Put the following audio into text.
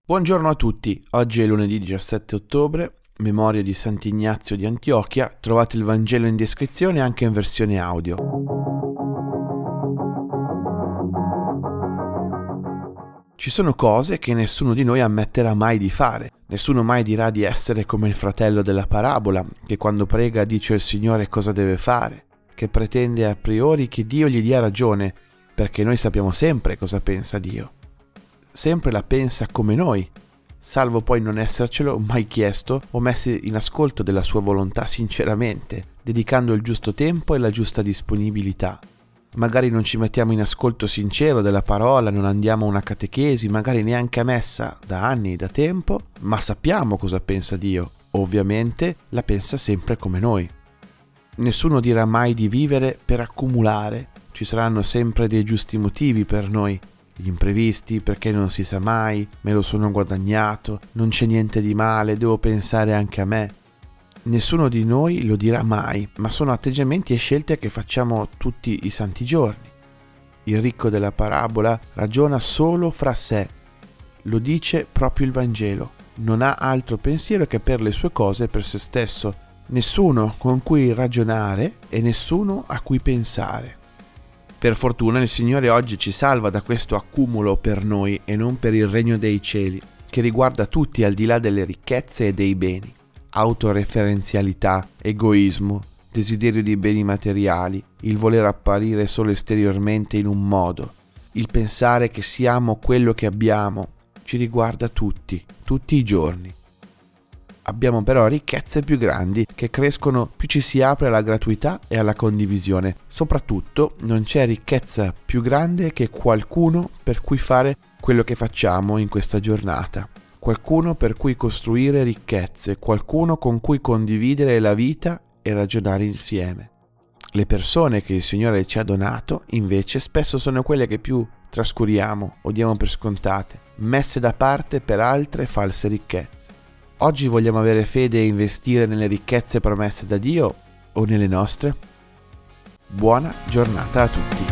Buongiorno a tutti, oggi è lunedì 17 ottobre, memoria di Sant'Ignazio di Antiochia, trovate il Vangelo in descrizione anche in versione audio. Ci sono cose che nessuno di noi ammetterà mai di fare, nessuno mai dirà di essere come il fratello della parabola, che quando prega dice al Signore cosa deve fare, che pretende a priori che Dio gli dia ragione, perché noi sappiamo sempre cosa pensa Dio. Sempre la pensa come noi, salvo poi non essercelo mai chiesto o messo in ascolto della sua volontà sinceramente, dedicando il giusto tempo e la giusta disponibilità. Magari non ci mettiamo in ascolto sincero della parola, non andiamo a una catechesi, magari neanche a messa da anni, da tempo, ma sappiamo cosa pensa Dio. Ovviamente la pensa sempre come noi. Nessuno dirà mai di vivere per accumulare, ci saranno sempre dei giusti motivi per noi. Gli imprevisti, perché non si sa mai, me lo sono guadagnato, non c'è niente di male, devo pensare anche a me. Nessuno di noi lo dirà mai, ma sono atteggiamenti e scelte che facciamo tutti i santi giorni. Il ricco della parabola ragiona solo fra sé, lo dice proprio il Vangelo, non ha altro pensiero che per le sue cose e per se stesso, nessuno con cui ragionare e nessuno a cui pensare. Per fortuna il Signore oggi ci salva da questo accumulo per noi e non per il regno dei cieli, che riguarda tutti al di là delle ricchezze e dei beni. Autoreferenzialità, egoismo, desiderio di beni materiali, il voler apparire solo esteriormente in un modo, il pensare che siamo quello che abbiamo, ci riguarda tutti i giorni. Abbiamo però ricchezze più grandi che crescono più ci si apre alla gratuità e alla condivisione. Soprattutto non c'è ricchezza più grande che qualcuno per cui fare quello che facciamo in questa giornata. Qualcuno per cui costruire ricchezze, qualcuno con cui condividere la vita e ragionare insieme. Le persone che il Signore ci ha donato, invece, spesso sono quelle che più trascuriamo o diamo per scontate, messe da parte per altre false ricchezze. Oggi vogliamo avere fede e investire nelle ricchezze promesse da Dio o nelle nostre? Buona giornata a tutti!